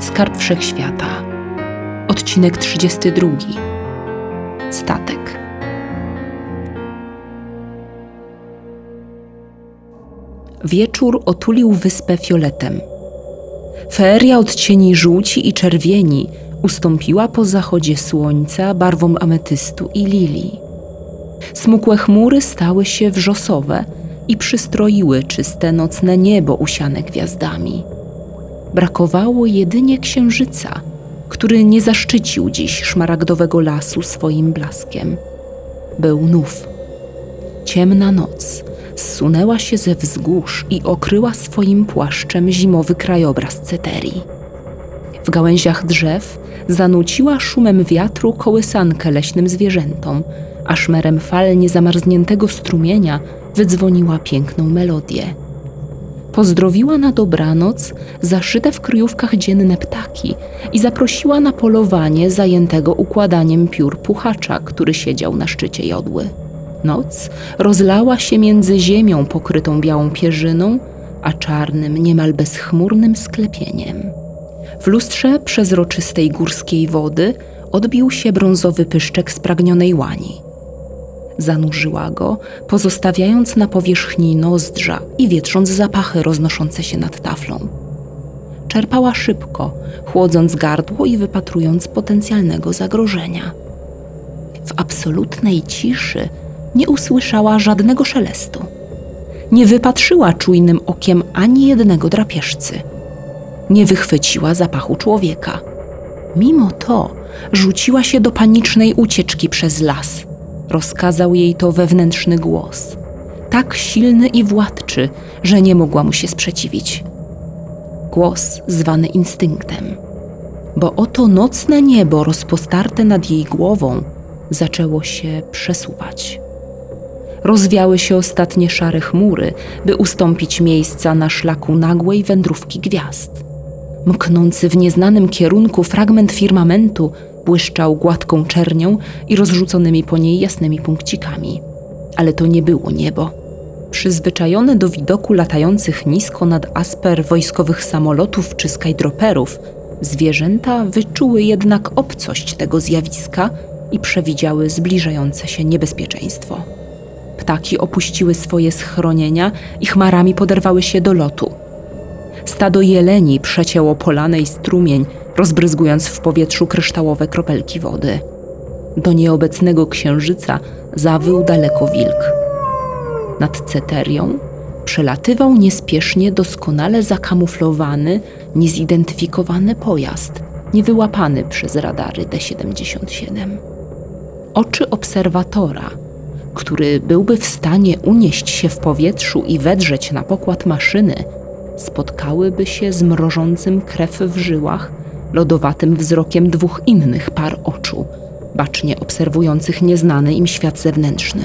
Skarb Wszechświata. Odcinek 32. Statek. Wieczór otulił wyspę fioletem. Feeria odcieni żółci i czerwieni ustąpiła po zachodzie słońca barwom ametystu i lilii. Smukłe chmury stały się wrzosowe i przystroiły czyste nocne niebo usiane gwiazdami. Brakowało jedynie księżyca, który nie zaszczycił dziś szmaragdowego lasu swoim blaskiem. Był nów. Ciemna noc zsunęła się ze wzgórz i okryła swoim płaszczem zimowy krajobraz Ceterii. W gałęziach drzew zanuciła szumem wiatru kołysankę leśnym zwierzętom, a szmerem fal niezamarzniętego strumienia wydzwoniła piękną melodię. Pozdrowiła na dobranoc zaszyte w kryjówkach dzienne ptaki i zaprosiła na polowanie zajętego układaniem piór puchacza, który siedział na szczycie jodły. Noc rozlała się między ziemią pokrytą białą pierzyną, a czarnym, niemal bezchmurnym sklepieniem. W lustrze przezroczystej górskiej wody odbił się brązowy pyszczek spragnionej łani. Zanurzyła go, pozostawiając na powierzchni nozdrza i wietrząc zapachy roznoszące się nad taflą. Czerpała szybko, chłodząc gardło i wypatrując potencjalnego zagrożenia. W absolutnej ciszy nie usłyszała żadnego szelestu. Nie wypatrzyła czujnym okiem ani jednego drapieżcy. Nie wychwyciła zapachu człowieka. Mimo to rzuciła się do panicznej ucieczki przez las. Rozkazał jej to wewnętrzny głos, tak silny i władczy, że nie mogła mu się sprzeciwić. Głos zwany instynktem, bo oto nocne niebo rozpostarte nad jej głową zaczęło się przesuwać. Rozwiały się ostatnie szare chmury, by ustąpić miejsca na szlaku nagłej wędrówki gwiazd. Mknący w nieznanym kierunku fragment firmamentu błyszczał gładką czernią i rozrzuconymi po niej jasnymi punkcikami. Ale to nie było niebo. Przyzwyczajone do widoku latających nisko nad Asper wojskowych samolotów czy skydroperów, zwierzęta wyczuły jednak obcość tego zjawiska i przewidziały zbliżające się niebezpieczeństwo. Ptaki opuściły swoje schronienia i chmarami poderwały się do lotu. Stado jeleni przecięło polanę i strumień, rozbryzgując w powietrzu kryształowe kropelki wody. Do nieobecnego księżyca zawył daleko wilk. Nad Ceterią przelatywał niespiesznie doskonale zakamuflowany, niezidentyfikowany pojazd, niewyłapany przez radary D-77. Oczy obserwatora, który byłby w stanie unieść się w powietrzu i wedrzeć na pokład maszyny, spotkałyby się z mrożącym krew w żyłach, lodowatym wzrokiem dwóch innych par oczu, bacznie obserwujących nieznany im świat zewnętrzny.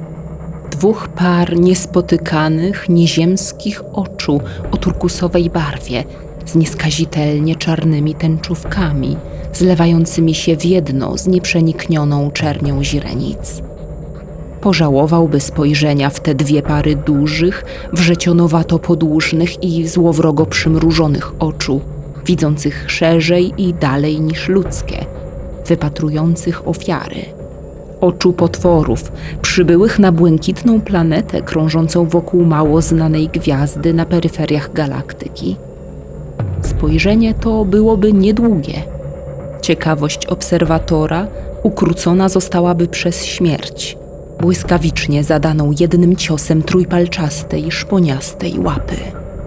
Dwóch par niespotykanych, nieziemskich oczu o turkusowej barwie, z nieskazitelnie czarnymi tęczówkami, zlewającymi się w jedno z nieprzeniknioną czernią źrenic. Pożałowałby spojrzenia w te dwie pary dużych, wrzecionowato-podłużnych i złowrogo przymrużonych oczu, widzących szerzej i dalej niż ludzkie, wypatrujących ofiary. Oczu potworów, przybyłych na błękitną planetę krążącą wokół mało znanej gwiazdy na peryferiach galaktyki. Spojrzenie to byłoby niedługie. Ciekawość obserwatora ukrócona zostałaby przez śmierć, błyskawicznie zadaną jednym ciosem trójpalczastej, szponiastej łapy.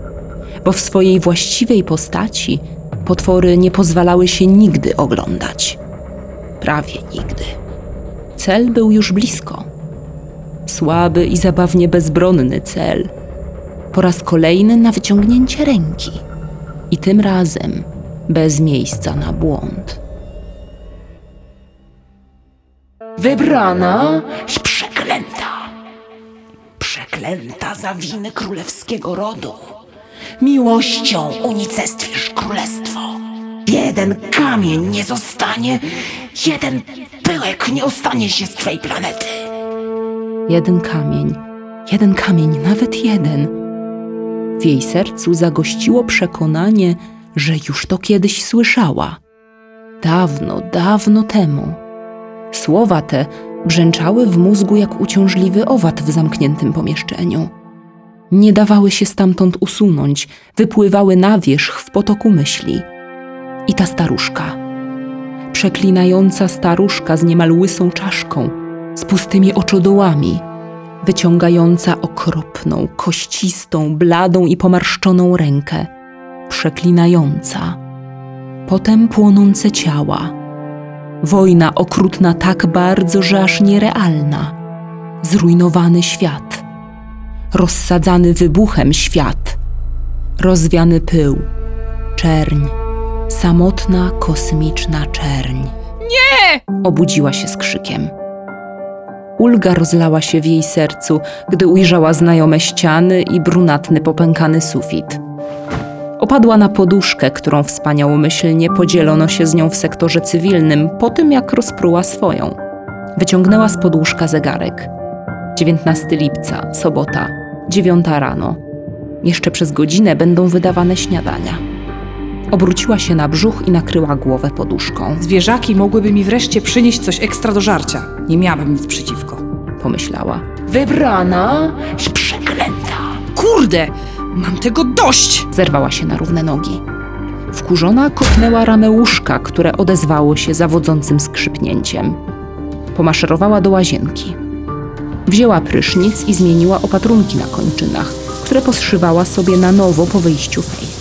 Bo w swojej właściwej postaci potwory nie pozwalały się nigdy oglądać. Prawie nigdy. Cel był już blisko. Słaby i zabawnie bezbronny cel. Po raz kolejny na wyciągnięcie ręki. I tym razem bez miejsca na błąd. Wybrana i przeklęta. Przeklęta za winy królewskiego rodu. Miłością unicestwisz królestwo. Jeden kamień nie zostanie, jeden pyłek nie ostanie się z twej planety. Jeden kamień, nawet jeden. W jej sercu zagościło przekonanie, że już to kiedyś słyszała. Dawno, dawno temu. Słowa te brzęczały w mózgu jak uciążliwy owad w zamkniętym pomieszczeniu. Nie dawały się stamtąd usunąć, wypływały na wierzch w potoku myśli. I ta staruszka, przeklinająca staruszka z niemal łysą czaszką, z pustymi oczodołami, wyciągająca okropną, kościstą, bladą i pomarszczoną rękę, przeklinająca. Potem płonące ciała. Wojna okrutna tak bardzo, że aż nierealna. Zrujnowany świat. Rozsadzany wybuchem świat. Rozwiany pył. Czerń. Samotna, kosmiczna czerń. Nie! Obudziła się z krzykiem. Ulga rozlała się w jej sercu, gdy ujrzała znajome ściany i brunatny, popękany sufit. Opadła na poduszkę, którą wspaniałomyślnie podzielono się z nią w sektorze cywilnym po tym, jak rozpruła swoją. Wyciągnęła spod łóżka zegarek. 19 lipca, sobota, 9 rano. Jeszcze przez godzinę będą wydawane śniadania. Obróciła się na brzuch i nakryła głowę poduszką. Zwierzaki mogłyby mi wreszcie przynieść coś ekstra do żarcia. Nie miałabym nic przeciwko. Pomyślała. Wybrana i przeklęta. Kurde! Mam tego dość! Zerwała się na równe nogi. Wkurzona kopnęła ramę łóżka, które odezwało się zawodzącym skrzypnięciem. Pomaszerowała do łazienki. Wzięła prysznic i zmieniła opatrunki na kończynach, które poszywała sobie na nowo po wyjściu Fej.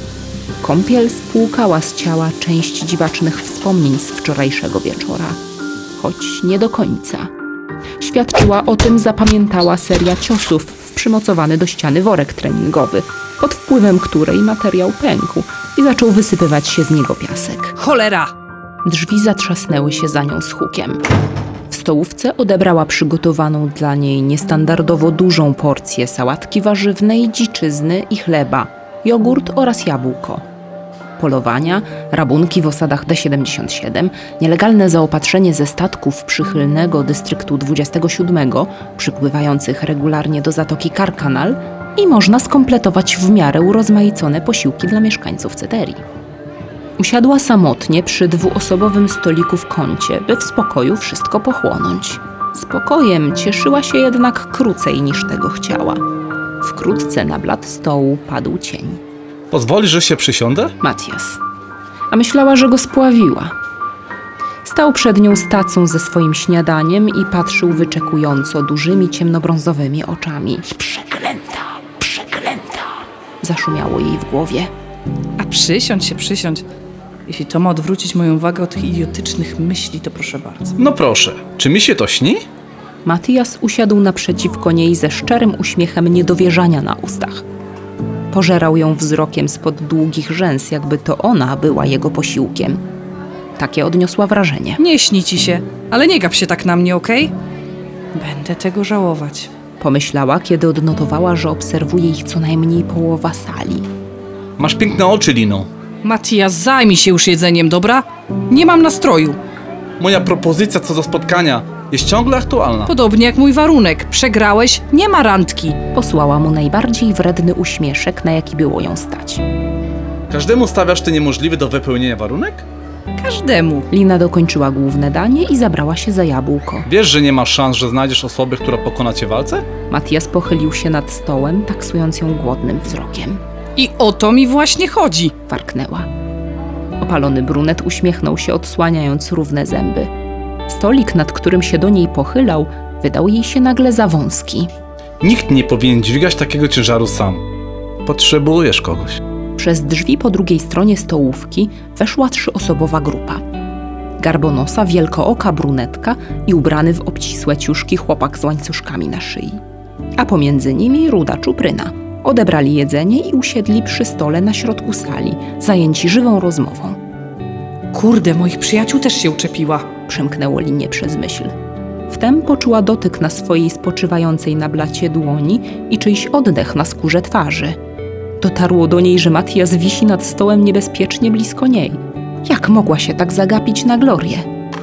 Kąpiel spłukała z ciała część dziwacznych wspomnień z wczorajszego wieczora. Choć nie do końca. Świadczyła o tym zapamiętała seria ciosów w przymocowany do ściany worek treningowy, pod wpływem której materiał pękł i zaczął wysypywać się z niego piasek. Cholera! Drzwi zatrzasnęły się za nią z hukiem. W stołówce odebrała przygotowaną dla niej niestandardowo dużą porcję sałatki warzywnej, dziczyzny i chleba, jogurt oraz jabłko. Polowania, rabunki w osadach D77, nielegalne zaopatrzenie ze statków przychylnego dystryktu 27, przypływających regularnie do Zatoki Karkanal i można skompletować w miarę urozmaicone posiłki dla mieszkańców Ceterii. Usiadła samotnie przy dwuosobowym stoliku w kącie, by w spokoju wszystko pochłonąć. Spokojem cieszyła się jednak krócej niż tego chciała. Wkrótce na blat stołu padł cień. Pozwolisz, że się przysiądę? Matias. A myślała, że go spławiła. Stał przed nią z tacą ze swoim śniadaniem i patrzył wyczekująco dużymi ciemnobrązowymi oczami. Przeklęta, przeklęta. Zaszumiało jej w głowie. A przysiądź. Jeśli to ma odwrócić moją uwagę od tych idiotycznych myśli, to proszę bardzo. No proszę, czy mi się to śni? Matias usiadł naprzeciwko niej ze szczerym uśmiechem niedowierzania na ustach. Pożerał ją wzrokiem spod długich rzęs, jakby to ona była jego posiłkiem. Takie odniosła wrażenie. Nie śni ci się, ale nie gap się tak na mnie, okej? Będę tego żałować. Pomyślała, kiedy odnotowała, że obserwuje ich co najmniej połowa sali. Masz piękne oczy, Lino. Matias, zajmij się już jedzeniem, dobra? Nie mam nastroju. Moja propozycja co do spotkania jest ciągle aktualna. Podobnie jak mój warunek. Przegrałeś, nie ma randki. Posłała mu najbardziej wredny uśmieszek, na jaki było ją stać. Każdemu stawiasz ty niemożliwy do wypełnienia warunek? Każdemu. Lina dokończyła główne danie i zabrała się za jabłko. Wiesz, że nie ma szans, że znajdziesz osobę, która pokona cię w walce? Matias pochylił się nad stołem, taksując ją głodnym wzrokiem. I o to mi właśnie chodzi. Warknęła. Opalony brunet uśmiechnął się, odsłaniając równe zęby. Stolik, nad którym się do niej pochylał, wydał jej się nagle za wąski. Nikt nie powinien dźwigać takiego ciężaru sam. Potrzebujesz kogoś. Przez drzwi po drugiej stronie stołówki weszła 3-osobowa grupa. Garbonosa, wielkooka brunetka i ubrany w obcisłe ciuszki chłopak z łańcuszkami na szyi. A pomiędzy nimi ruda czupryna. Odebrali jedzenie i usiedli przy stole na środku sali, zajęci żywą rozmową. Kurde, moich przyjaciół też się uczepiła. Przemknęło Linie przez myśl. Wtem poczuła dotyk na swojej spoczywającej na blacie dłoni i czyjś oddech na skórze twarzy. Dotarło do niej, że Matias wisi nad stołem niebezpiecznie blisko niej. Jak mogła się tak zagapić na Glorię?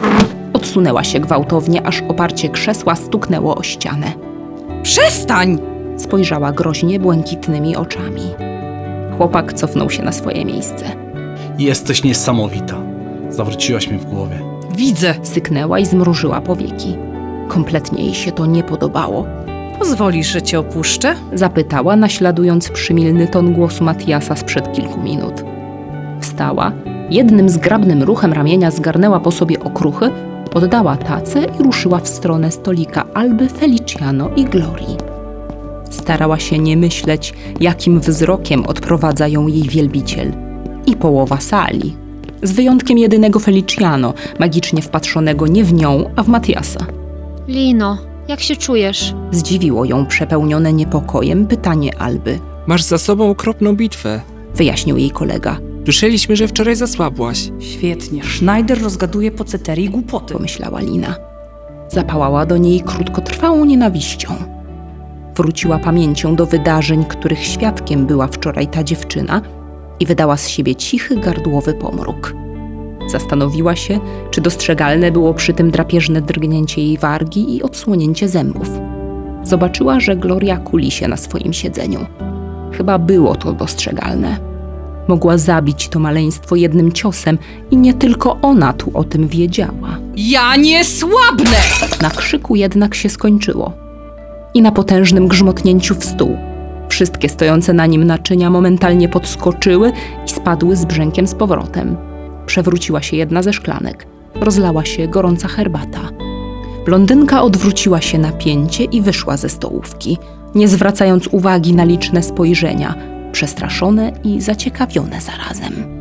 Odsunęła się gwałtownie, aż oparcie krzesła stuknęło o ścianę. Przestań! Spojrzała groźnie błękitnymi oczami. Chłopak cofnął się na swoje miejsce. Jesteś niesamowita. Zawróciłaś mnie w głowie. Widzę. Syknęła i zmrużyła powieki. Kompletnie jej się to nie podobało. Pozwolisz, że cię opuszczę? Zapytała, naśladując przymilny ton głosu Matiasa sprzed kilku minut. Wstała, jednym zgrabnym ruchem ramienia zgarnęła po sobie okruchy, oddała tacę i ruszyła w stronę stolika Alby, Feliciano i Glorii. Starała się nie myśleć, jakim wzrokiem odprowadza ją jej wielbiciel. I połowa sali. Z wyjątkiem jedynego Feliciano, magicznie wpatrzonego nie w nią, a w Matiasa. Lino, jak się czujesz? Zdziwiło ją przepełnione niepokojem pytanie Alby. Masz za sobą okropną bitwę. Wyjaśnił jej kolega. Słyszeliśmy, że wczoraj zasłabłaś. Świetnie. Schneider rozgaduje po ceterii głupoty. Pomyślała Lina. Zapałała do niej krótkotrwałą nienawiścią. Wróciła pamięcią do wydarzeń, których świadkiem była wczoraj ta dziewczyna i wydała z siebie cichy, gardłowy pomruk. Zastanowiła się, czy dostrzegalne było przy tym drapieżne drgnięcie jej wargi i odsłonięcie zębów. Zobaczyła, że Gloria kuli się na swoim siedzeniu. Chyba było to dostrzegalne. Mogła zabić to maleństwo jednym ciosem i nie tylko ona tu o tym wiedziała. Ja nie słabnę! Na krzyku jednak się skończyło. I na potężnym grzmotnięciu w stół. Wszystkie stojące na nim naczynia momentalnie podskoczyły i spadły z brzękiem z powrotem. Przewróciła się jedna ze szklanek. Rozlała się gorąca herbata. Blondynka odwróciła się na pięcie i wyszła ze stołówki, nie zwracając uwagi na liczne spojrzenia, przestraszone i zaciekawione zarazem.